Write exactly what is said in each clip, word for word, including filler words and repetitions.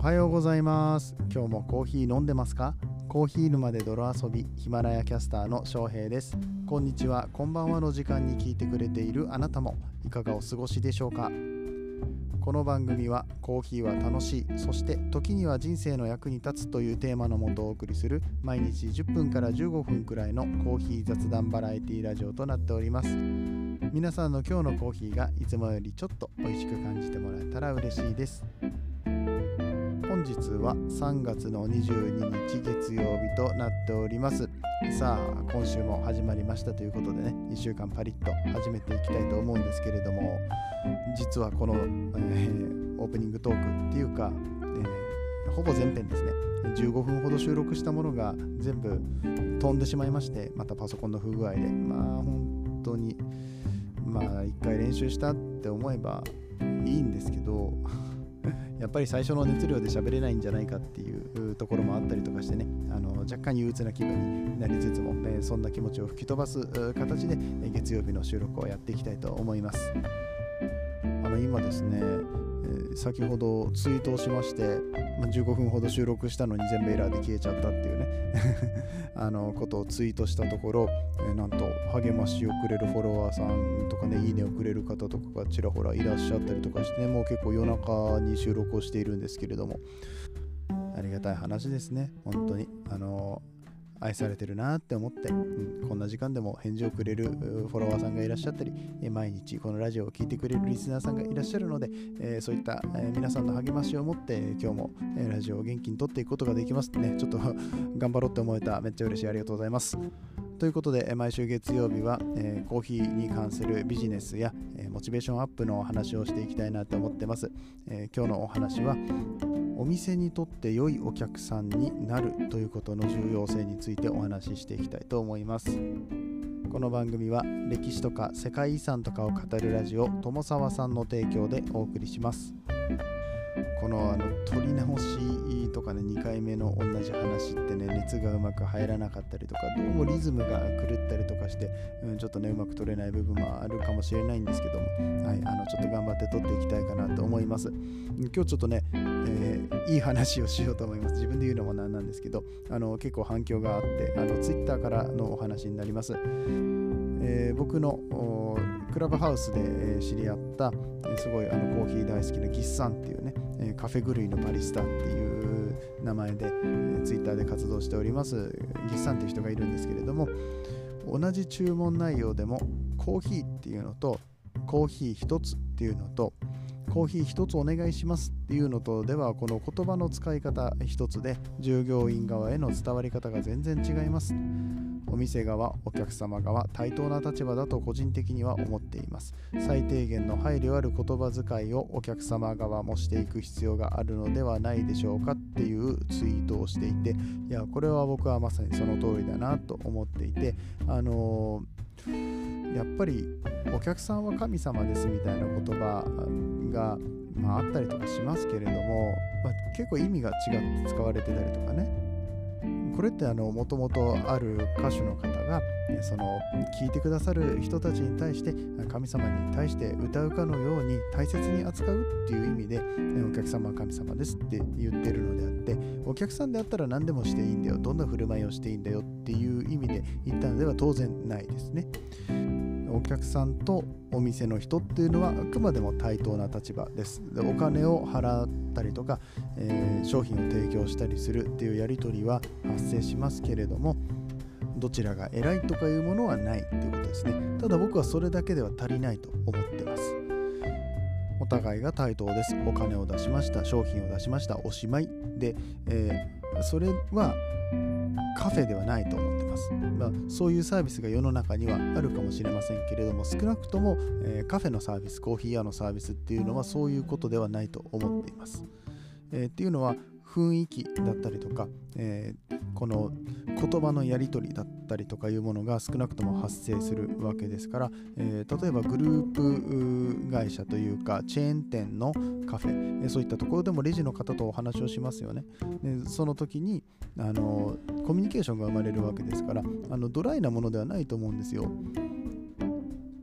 はようございます。今日もコーヒー飲んでますか？コーヒー沼で泥遊びヒマラヤキャスターの翔平です。こんにちは、こんばんはの時間に聞いてくれているあなたもいかがお過ごしでしょうか？この番組はコーヒーは楽しい、そして時には人生の役に立つというテーマのもとお送りする毎日じゅっぷんからじゅうごふんくらいのコーヒー雑談バラエティラジオとなっております。皆さんの今日のコーヒーがいつもよりちょっと美味しく感じてもらえたら嬉しいです。本日はさんがつのにじゅうににち月曜日となっております。さあ今週も始まりましたということでね、いっしゅうかんパリッと始めていきたいと思うんですけれども、実はこの、えー、オープニングトークっていうか、えー、ほぼ全編ですね、じゅうごふんほど収録したものが全部飛んでしまいまして、またパソコンの不具合で、まあ本当にまあ一回練習したって思えばいいんですけどやっぱり最初の熱量で喋れないんじゃないかっていうところもあったりとかしてね、あの若干憂鬱な気分になりつつも、ね、そんな気持ちを吹き飛ばす形で月曜日の収録をやっていきたいと思います。あの今ですね、先ほどツイートをしまして、じゅうごふんほど収録したのに全部エラーで消えちゃったっていうねあのことをツイートしたところ、えなんと励ましをくれるフォロワーさんとかね、いいねをくれる方とかがちらほらいらっしゃったりとかしてね、もう結構夜中に収録をしているんですけれども、ありがたい話ですね。本当にあの愛されてるなって思って、うん、こんな時間でも返事をくれるフォロワーさんがいらっしゃったり、毎日このラジオを聞いてくれるリスナーさんがいらっしゃるので、えー、そういった、えー、皆さんの励ましを持って今日も、えー、ラジオを元気に撮っていくことができますね。ちょっと頑張ろうって思えた。めっちゃ嬉しい。ありがとうございます。ということで、毎週月曜日は、えー、コーヒーに関するビジネスや、えー、モチベーションアップの話をしていきたいなと思ってます。えー、今日のお話はお店にとって良いお客さんになるということの重要性についてお話ししていきたいと思います。この番組は歴史とか世界遺産とかを語るラジオ友沢さんの提供でお送りします。このあの撮り直しとかね、にかいめの同じ話ってね、熱がうまく入らなかったりとか、どうもリズムが狂ったりとかして、うん、ちょっとねうまく撮れない部分もあるかもしれないんですけども、はい、あのちょっと頑張って撮っていきたいかなと思います。今日ちょっとね、えー、いい話をしようと思います。自分で言うのもなんなんですけど、あの結構反響があって、あのツイッターからのお話になります。えー、僕のクラブハウスで知り合った、すごいあのコーヒー大好きなギッサンっていうね、カフェ狂いのバリスタっていう名前でツイッターで活動しておりますギッサンっていう人がいるんですけれども、同じ注文内容でもコーヒーっていうのとコーヒー一つっていうのとコーヒー一つお願いしますっていうのとでは、この言葉の使い方一つで従業員側への伝わり方が全然違います。お店側、お客様側、対等な立場だと個人的には思っています。最低限の配慮ある言葉遣いをお客様側もしていく必要があるのではないでしょうかっていうツイートをしていて、いやこれは僕はまさにその通りだなと思っていて、あのー、やっぱりお客さんは神様ですみたいな言葉が、まあ、あったりとかしますけれども、まあ、結構意味が違って使われてたりとかね、これってあのもともとある歌手の方がその聞いてくださる人たちに対して神様に対して歌うかのように大切に扱うっていう意味で、お客様は神様ですって言ってるのであって、お客さんであったら何でもしていいんだよ、どんな振る舞いをしていいんだよっていう意味で言ったのでは当然ないですね。お客さんとお店の人っていうのはあくまでも対等な立場です。で、お金を払ったりとか、えー、商品を提供したりするっていうやり取りは発生しますけれども、どちらが偉いとかいうものはないっていうことですね。ただ僕はそれだけでは足りないと思ってます。お互いが対等です。お金を出しました、商品を出しました、おしまいで、えー、それはカフェではないと思ってます。まあ、そういうサービスが世の中にはあるかもしれませんけれども、少なくとも、えー、カフェのサービス、コーヒー屋のサービスっていうのはそういうことではないと思っています。えー、っていうのは雰囲気だったりとか、えー、この言葉のやり取りだったりとかいうものが少なくとも発生するわけですから、えー、例えばグループ会社というかチェーン店のカフェ、えー、そういったところでもレジの方とお話をしますよね。でその時にあのコミュニケーションが生まれるわけですから、あのドライなものではないと思うんですよ。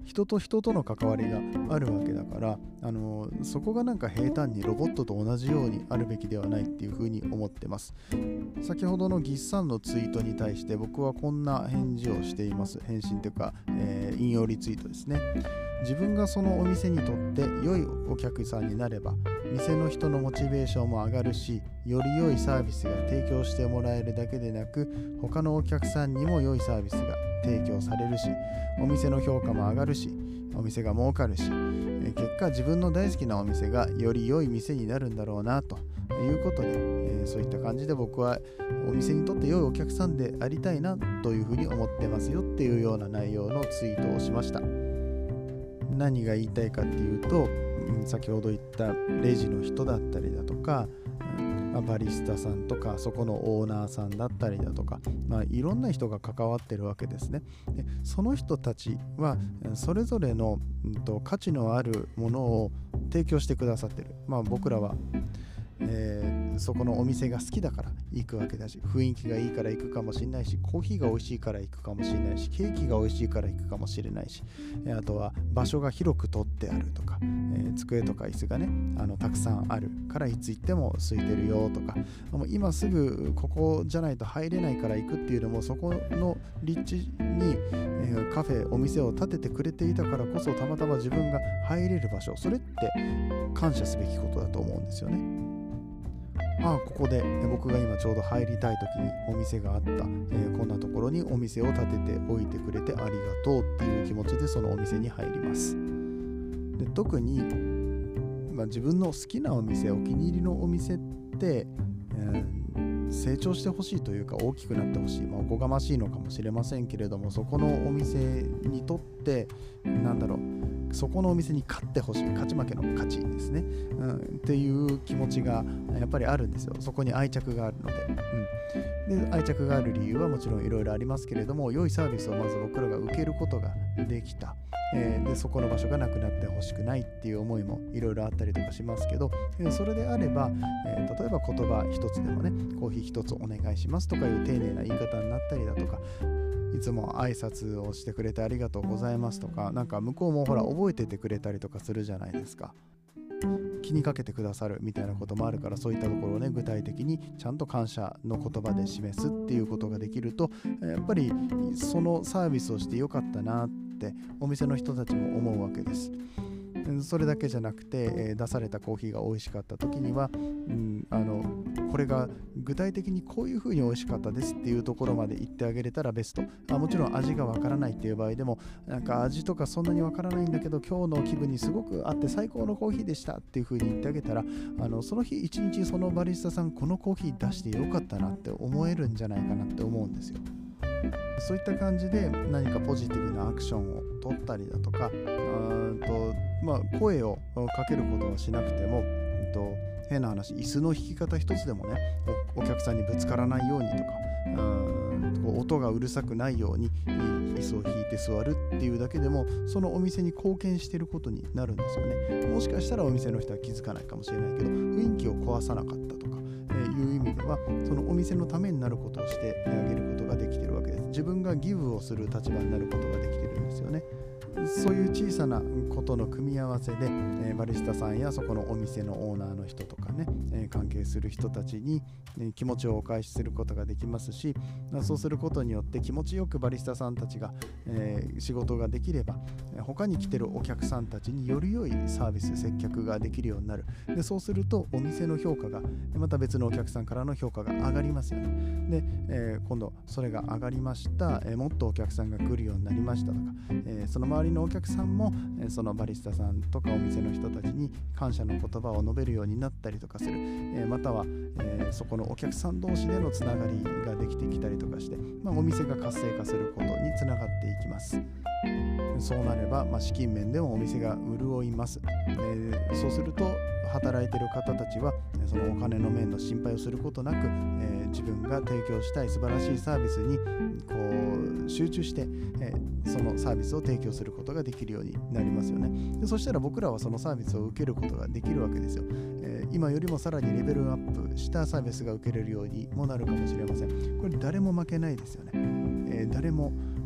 人と人との関わりがあるわけだから、あのそこがなんか平坦にロボットと同じようにあるべきではないっていうふうに思ってます。先ほどのギッサンのツイートに対して僕はこんな返事をしています。返信というか、えー、引用リツイートですね。自分がそのお店にとって良いお客さんになれば、店の人のモチベーションも上がるし、より良いサービスが提供してもらえるだけでなく、他のお客さんにも良いサービスが提供されるし、お店の評価も上がるし、お店が儲かるし、え結果自分の大好きなお店がより良い店になるんだろうなということで、えー、そういった感じで僕はお店にとって良いお客さんでありたいなというふうに思ってますよっていうような内容のツイートをしました。何が言いたいかっていうと、うん、先ほど言ったレジの人だったりだとか、まあ、バリスタさんとかそこのオーナーさんだったりだとか、まあ、いろんな人が関わってるわけですね。でその人たちはそれぞれの、うん、と価値のあるものを提供してくださってる。まあ僕らは、えーそこのお店が好きだから行くわけだし、雰囲気がいいから行くかもしれないし、コーヒーが美味しいから行くかもしれないし、ケーキが美味しいから行くかもしれないし、あとは場所が広く取ってあるとか、えー、机とか椅子がねあのたくさんあるからいつ行っても空いてるよとか、もう今すぐここじゃないと入れないから行くっていうのも、そこの立地に、えー、カフェお店を建ててくれていたからこそ、たまたま自分が入れる場所、それって感謝すべきことだと思うんですよね。ああここで僕が今ちょうど入りたい時にお店があった、えー、こんなところにお店を建てておいてくれてありがとうっていう気持ちでそのお店に入ります。で特に、まあ、自分の好きなお店、お気に入りのお店って、えー、成長してほしいというか大きくなってほしい、まあ、おこがましいのかもしれませんけれども、そこのお店にとってなんだろうそこのお店に勝ってほしい、勝ち負けの勝ちですね、うん、っていう気持ちがやっぱりあるんですよ。そこに愛着があるので、うん、で愛着がある理由はもちろんいろいろありますけれども、良いサービスをまず僕らが受けることができた、えー、でそこの場所がなくなってほしくないっていう思いもいろいろあったりとかしますけど、えー、それであれば、えー、例えば言葉一つでもね、コーヒー一つお願いしますとかいう丁寧な言い方になったりだとか、いつも挨拶をしてくれてありがとうございますとか、なんか向こうもほら覚えててくれたりとかするじゃないですか。気にかけてくださるみたいなこともあるから、そういったところをね具体的にちゃんと感謝の言葉で示すっていうことができると、やっぱりそのサービスをしてよかったなってお店の人たちも思うわけです。それだけじゃなくて、えー、出されたコーヒーが美味しかった時には、うん、あのこれが具体的にこういう風に美味しかったですっていうところまで言ってあげれたらベスト。あもちろん味がわからないっていう場合でも、なんか味とかそんなにわからないんだけど今日の気分にすごく合って最高のコーヒーでしたっていう風に言ってあげたら、あのその日一日そのバリスタさんこのコーヒー出してよかったなって思えるんじゃないかなって思うんですよ。そういった感じで何かポジティブなアクションを取ったりだとか、うんとまあ、声をかけることはしなくても、うんと変な話、椅子の引き方一つでもね お, お客さんにぶつからないようにとか、うんと音がうるさくないように椅子を引いて座るっていうだけでもそのお店に貢献していることになるんですよね。もしかしたらお店の人は気づかないかもしれないけど、雰囲気を壊さなかったとか、えー、いう意味ではそのお店のためになることをしてあげることができているわけです。自分がギブをする立場になることができているんですよね。そういう小さなことの組み合わせで、えー、バリスタさんやそこのお店のオーナーの人とかね、えー、関係する人たちに、えー、気持ちをお返しすることができますし、そうすることによって気持ちよくバリスタさんたちが、えー、仕事ができれば、他に来てるお客さんたちにより良いサービス接客ができるようになる。でそうするとお店の評価がまた別のお客さんからの評価が上がりますよね。で、えー、今度それが上がりました、えー、もっとお客さんが来るようになりましたとか、えー、その周りのお客さんも、えー、そのバリスタさんとかお店の人たちに感謝の言葉を述べるようになったりとかする、えー、または、えー、そこのお客さん同士でのつながりができてきたりとかして、まあ、お店が活性化することにつながっていきます。そうなれば、まあ、資金面でもお店が潤います。えー、そうすると働いている方たちはそのお金の面の心配をすることなく、えー、自分が提供したい素晴らしいサービスにこう集中して、えー、そのサービスを提供することができるようになりますよね。でそしたら僕らはそのサービスを受けることができるわけですよ。えー、今よりもさらにレベルアップしたサービスが受けれるようにもなるかもしれません。これ誰も負けないですよね。えー、誰も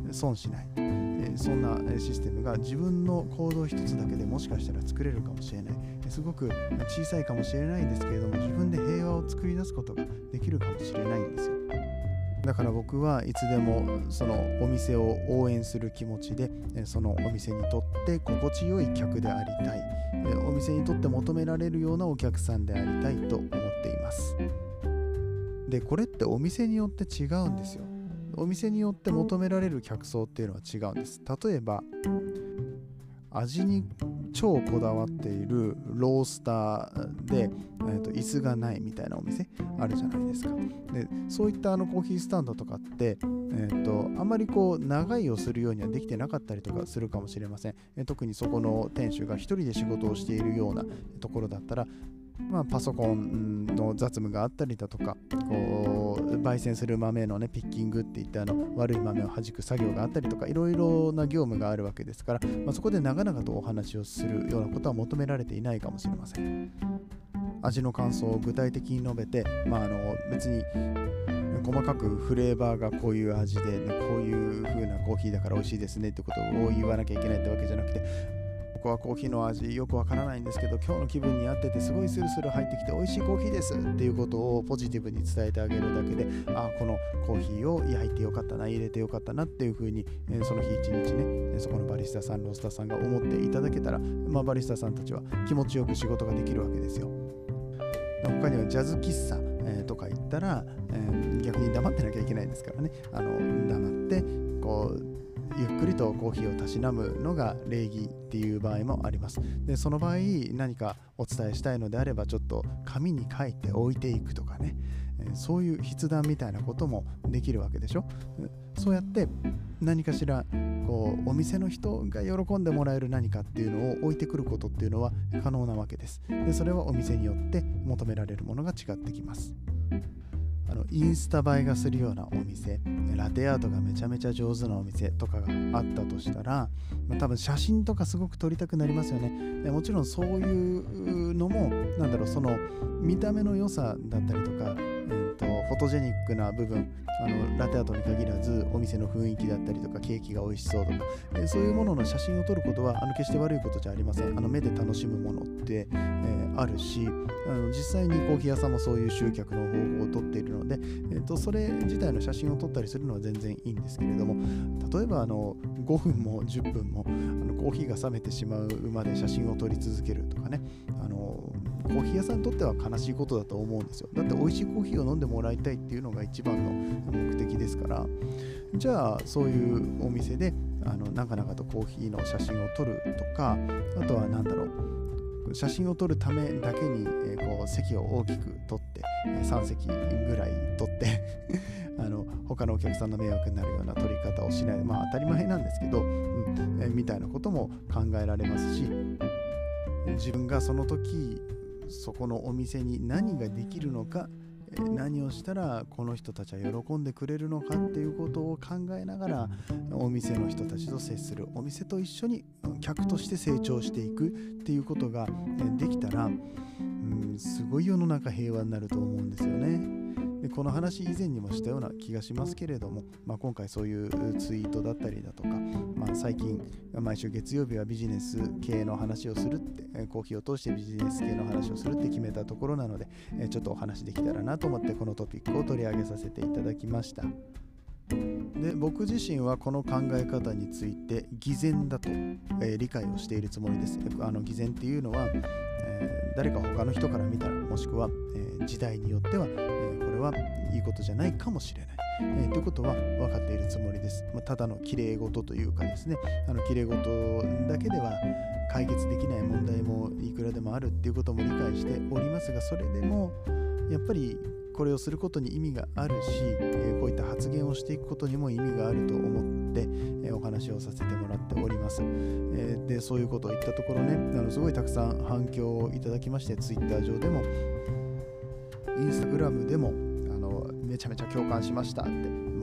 損しない、えー、そんなシステムが自分の行動一つだけでもしかしたら作れるかもしれない。すごく小さいかもしれないですけれども、自分で平和を作り出すことができるかもしれないんですよ。だから僕はいつでもそのお店を応援する気持ちで、そのお店にとって心地よい客でありたい、お店にとって求められるようなお客さんでありたいと思っています。で、これってお店によって違うんですよ。お店によって求められる客層っていうのは違うんです。例えば味に超こだわっているロースターで、えー、と椅子がないみたいなお店あるじゃないですか。で、そういったあのコーヒースタンドとかって、えー、とあんまりこう長居をするようにはできてなかったりとかするかもしれません。えー、特にそこの店主が一人で仕事をしているようなところだったら、まあ、パソコンの雑務があったりだとか、こう焙煎する豆のねピッキングっていったあの悪い豆を弾く作業があったりとか、いろいろな業務があるわけですから、まあ、そこで長々とお話をするようなことは求められていないかもしれません。味の感想を具体的に述べて、まあ、あの別に細かくフレーバーがこういう味で、ね、こういう風なコーヒーだから美味しいですねってことを言わなきゃいけないってわけじゃなくて、ここはコーヒーの味よくわからないんですけど、今日の気分に合っててすごいスルスル入ってきて美味しいコーヒーですっていうことをポジティブに伝えてあげるだけで、あ、このコーヒーを焼いてよかったな、入れてよかったなっていう風に、えー、その日一日ね、そこのバリスタさん、ロースターさんが思っていただけたら、まあ、バリスタさんたちは気持ちよく仕事ができるわけですよ。他にはジャズ喫茶、えー、とか行ったら、えー、逆に黙ってなきゃいけないですからね、あの黙ってこうゆっくりとコーヒーをたしなむのが礼儀っていう場合もあります。で、その場合何かお伝えしたいのであれば、ちょっと紙に書いて置いていくとかね、えー、そういう筆談みたいなこともできるわけでしょ。そうやって何かしらこうお店の人が喜んでもらえる何かっていうのを置いてくることっていうのは可能なわけです。で、それはお店によって求められるものが違ってきます。あのインスタ映えがするようなお店、ラテアートがめちゃめちゃ上手なお店とかがあったとしたら、まあ、多分写真とかすごく撮りたくなりますよね。もちろんそういうのもなんだろう、その見た目の良さだったりとか、えーと、フォトジェニックな部分、あのラテアートに限らずお店の雰囲気だったりとか、ケーキが美味しそうとか、えー、そういうものの写真を撮ることはあの決して悪いことじゃありません。あの目で楽しむものって、えー、あるし、あの実際にコーヒー屋さんもそういう集客の方法をとっているので、えー、とそれ自体の写真を撮ったりするのは全然いいんですけれども、例えばあのごふんもじゅっぷんもあのコーヒーが冷めてしまうまで写真を撮り続けるとかね、あのコーヒー屋さんにとっては悲しいことだと思うんですよ。だって美味しいコーヒーを飲んでもらいたいっていうのが一番の目的ですから、じゃあそういうお店であの長々とコーヒーの写真を撮るとか、あとは何だろう、写真を撮るためだけに、えー、こう席を大きく取って、えー、さん席ぐらい取ってあの他のお客さんの迷惑になるような撮り方をしない、まあ当たり前なんですけど、うんえー、みたいなことも考えられますし、自分がその時そこのお店に何ができるのか、何をしたらこの人たちは喜んでくれるのかっていうことを考えながらお店の人たちと接する、お店と一緒に客として成長していくっていうことができたら、うん、すごい世の中平和になると思うんですよね。で、この話以前にもしたような気がしますけれども、まあ、今回そういうツイートだったりだとか、まあ、最近毎週月曜日はビジネス系の話をするって、コーヒーを通してビジネス系の話をするって決めたところなので、ちょっとお話できたらなと思ってこのトピックを取り上げさせていただきました。で、僕自身はこの考え方について偽善だと、えー、理解をしているつもりです。あの偽善っていうのは、えー、誰か他の人から見たら、もしくは、えー、時代によっては、えー、これはいいことじゃないかもしれない、えー、ということは分かっているつもりです。まあ、ただの綺麗事というかですね、あの綺麗事だけでは解決できない問題もいくらでもあるっていうことも理解しておりますが、それでもやっぱりこれをすることに意味があるし、えー、こういった発言をしていくことにも意味があると思って、えー、お話をさせてもらっております。えー、で、そういうことを言ったところね、あのすごいたくさん反響をいただきまして、ツイッター上でもインスタグラムでもあのめちゃめちゃ共感しましたって、も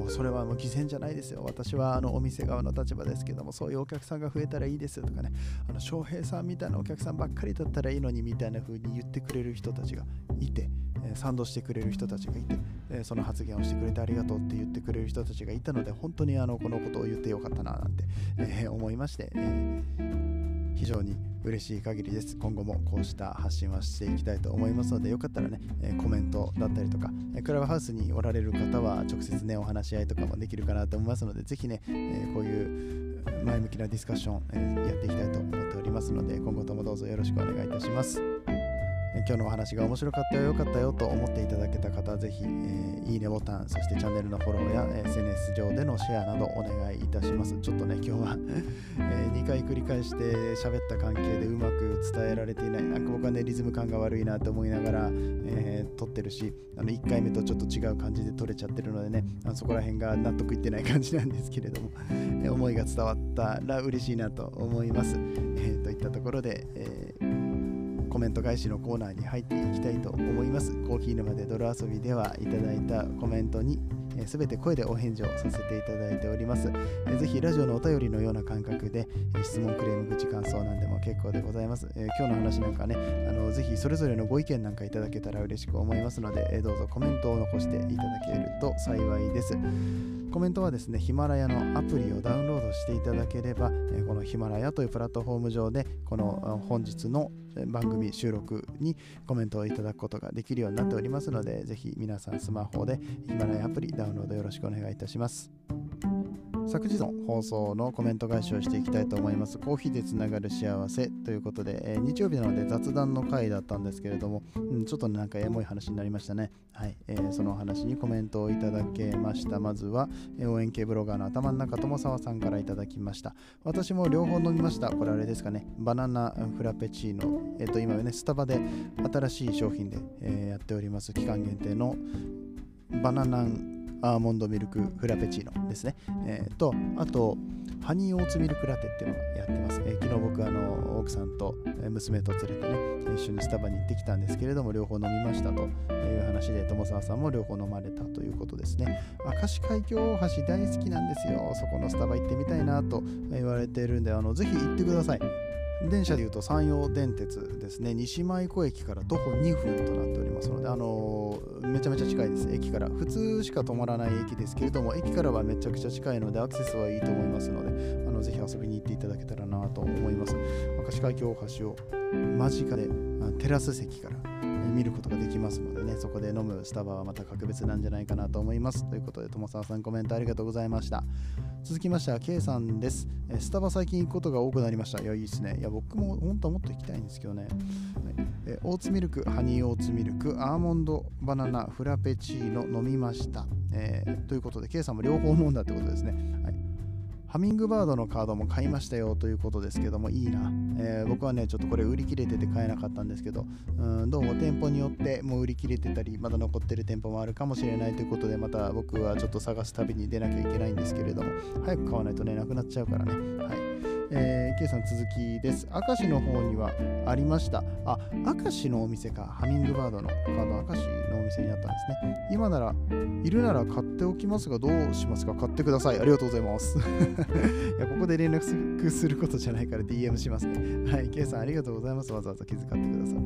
もうそれはもう偽善じゃないですよ。私はあのお店側の立場ですけども、そういうお客さんが増えたらいいですとかね、あの翔平さんみたいなお客さんばっかりだったらいいのにみたいな風に言ってくれる人たちがいて、えー、賛同してくれる人たちがいて、えー、その発言をしてくれてありがとうって言ってくれる人たちがいたので、本当にあのこのことを言ってよかったななんて、えー、思いまして、えー、非常に嬉しい限りです。今後もこうした発信はしていきたいと思いますので、よかったらね、えー、コメントだったりとか、えー、クラブハウスにおられる方は直接ねお話し合いとかもできるかなと思いますので、ぜひね、えー、こういう前向きなディスカッション、えー、やっていきたいと思っておりますので、今後ともどうぞよろしくお願いいたします。今日のお話が面白かったよ、良かったよと思っていただけた方はぜひ、えー、いいねボタン、そしてチャンネルのフォローや エスエヌエス 上でのシェアなどお願いいたします。ちょっとね今日は、えー、にかい繰り返して喋った関係でうまく伝えられていない、なんか僕はねリズム感が悪いなと思いながら、えー、撮ってるし、あのいっかいめとちょっと違う感じで撮れちゃってるのでね、あのそこら辺が納得いってない感じなんですけれども、えー、思いが伝わったら嬉しいなと思います。えー、といったところで、えーコメント返しのコーナーに入っていきたいと思います。コーヒー沼で泥遊びではいただいたコメントにすべて声でお返事をさせていただいております。えぜひラジオのお便りのような感覚でえ質問、クレーム、愚痴、感想なんでも結構でございます。え今日の話なんかね、あのぜひそれぞれのご意見なんかいただけたら嬉しく思いますので、えどうぞコメントを残していただけると幸いです。コメントはですね、ヒマラヤのアプリをダウンロードしていただければ、えこのヒマラヤというプラットフォーム上でこの本日の番組収録にコメントをいただくことができるようになっておりますので、ぜひ皆さんスマホでヒマラヤアプリダウンロードよろしくお願いいたします。昨日の放送のコメント返しをしていきたいと思います。コーヒーでつながる幸せということで、えー、日曜日なので雑談の回だったんですけれども、うん、ちょっとなんかエモい話になりましたね。はい、えー、そのお話にコメントをいただけました。まずは、えー、応援系ブロガーの頭の中友沢さんからいただきました。私も両方飲みました。これあれですかね、バナナフラペチーノ、えっ、ー、と今ねスタバで新しい商品で、えー、やっております期間限定のバナナアーモンドミルクフラペチーノですね、えー、とあとハニーオーツミルクラテっていうのをやってます。えー、昨日僕あの奥さんと娘と連れてね一緒にスタバに行ってきたんですけれども、両方飲みましたという話で、友沢さんも両方飲まれたということですね。明石海峡大橋大好きなんですよ。そこのスタバ行ってみたいなと言われているんで、あのぜひ行ってください。電車でいうと山陽電鉄ですね、西舞子駅から徒歩にふんとなっておりますので、あのー、めちゃめちゃ近いです。駅から普通しか止まらない駅ですけれども、駅からはめちゃくちゃ近いのでアクセスはいいと思いますので、あのぜひ遊びに行っていただけたらなと思います。明石海峡大橋を間近でテラス席から見ることができますのでね、そこで飲むスタバはまた格別なんじゃないかなと思います。ということで友沢さんコメントありがとうございました。続きましては K さんです。スタバ最近行くことが多くなりました。いやいいですね。いや僕も本当はもっと行きたいんですけどね、はい、えオーツミルク、ハニーオーツミルク、アーモンドバナナフラペチーノ飲みました、えー、ということで K さんも両方飲んだってことですね。はい、ハミングバードのカードも買いましたよということですけども、いいな、えー、僕はねちょっとこれ売り切れてて買えなかったんですけど、うんどうも店舗によってもう売り切れてたりまだ残ってる店舗もあるかもしれないということで、また僕はちょっと探す旅に出なきゃいけないんですけれども、早く買わないとねなくなっちゃうからね。はい、えー、K さん続きです。明石の方にはありました。あ、明石のお店か。ハミングバードのカード明石のお店にあったんですね。今ならいるなら買っておきますがどうしますか。買ってください。ありがとうございますいやここで連絡することじゃないから ディーエム しますね。はい、K さんありがとうございます。わざわざ気遣ってくださって。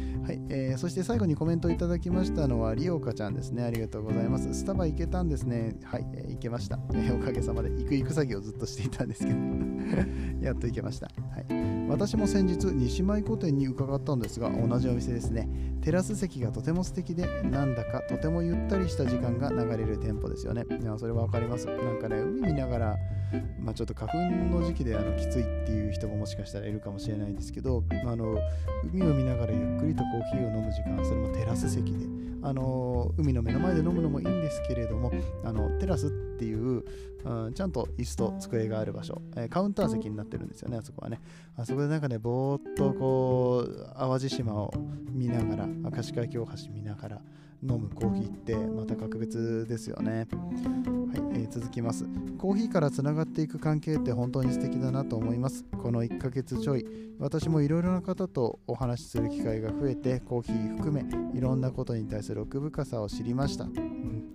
はい、えー、そして最後にコメントいただきましたのはリオカちゃんですね。ありがとうございます。スタバ行けたんですね。はい、えー、行けました、えー、おかげさまで行く行く作業をずっとしていたんですけどやっと行けました。はい、私も先日西舞子店に伺ったんですが、同じお店ですね。テラス席がとても素敵で、なんだかとてもゆったりした時間が流れる店舗ですよね。いやそれはわかります。なんかね、海見ながら、まあ、ちょっと花粉の時期であのきついっていう人ももしかしたらいるかもしれないんですけど、あの海を見ながらゆっくりとコーヒーを飲む時間、それもテラス席で、あの海の目の前で飲むのもいいんですけれども、あのテラスっていう、うん、ちゃんと椅子と机がある場所、えー、カウンター席になってるんですよね。あそこはね、あそこでなんかねぼーっとこう淡路島を見ながら、明石海峡大橋見ながら飲むコーヒーってまた格別ですよね。はい、えー、続きます。コーヒーからつながっていく関係って本当に素敵だなと思います。このいっかげつちょい、私もいろいろな方とお話しする機会が増えて、コーヒー含めいろんなことに対する奥深さを知りました。うん、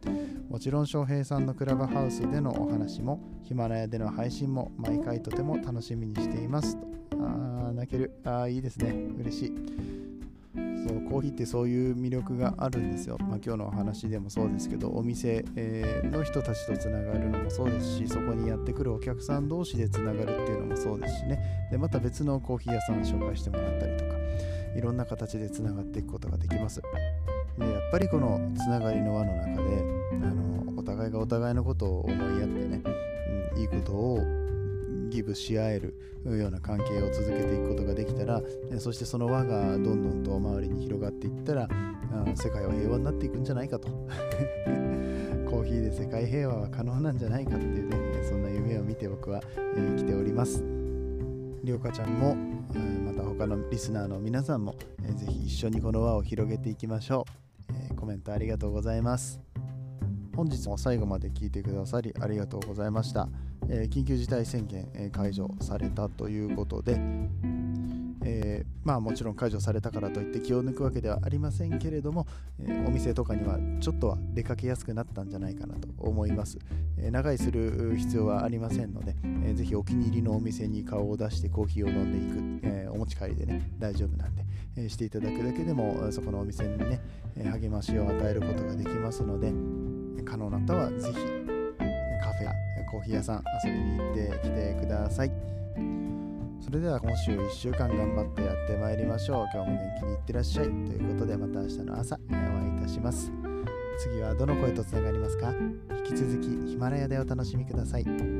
もちろん翔平さんのクラブハウスでのお話もヒマラヤでの配信も毎回とても楽しみにしていますと。あー泣ける。あーいいですね、嬉しい。そうコーヒーってそういう魅力があるんですよ。まあ、今日のお話でもそうですけど、お店、えーの人たちとつながるのもそうですし、そこにやってくるお客さん同士でつながるっていうのもそうですしね。でまた別のコーヒー屋さん紹介してもらったりとか、いろんな形でつながっていくことができます。でやっぱりこのつながりの輪の中であのお互いがお互いのことを思いやってね、うん、いいことをギブし合えるような関係を続けていくことができたら、そしてその輪がどんどんと周りに広がっていったら、世界は平和になっていくんじゃないかとコーヒーで世界平和は可能なんじゃないかっていうね、そんな夢を見て僕は生きております。りょうかちゃんもまた他のリスナーの皆さんもぜひ一緒にこの輪を広げていきましょう。コメントありがとうございます。本日も最後まで聞いてくださりありがとうございました。えー、緊急事態宣言、えー、解除されたということで、えー、まあもちろん解除されたからといって気を抜くわけではありませんけれども、えー、お店とかにはちょっとは出かけやすくなったんじゃないかなと思います。えー、長居する必要はありませんので、えー、ぜひお気に入りのお店に顔を出してコーヒーを飲んでいく、えー、お持ち帰りでね大丈夫なんで、えー、していただくだけでもそこのお店にね、えー、励ましを与えることができますので、可能な方はぜひカフェやコーヒー屋さん遊びに行ってきてください。それでは今週いっしゅうかん頑張ってやってまいりましょう。今日も元気にいってらっしゃいということで、また明日の朝お会いいたします。次はどの声とつながりますか？引き続きヒマラヤでお楽しみください。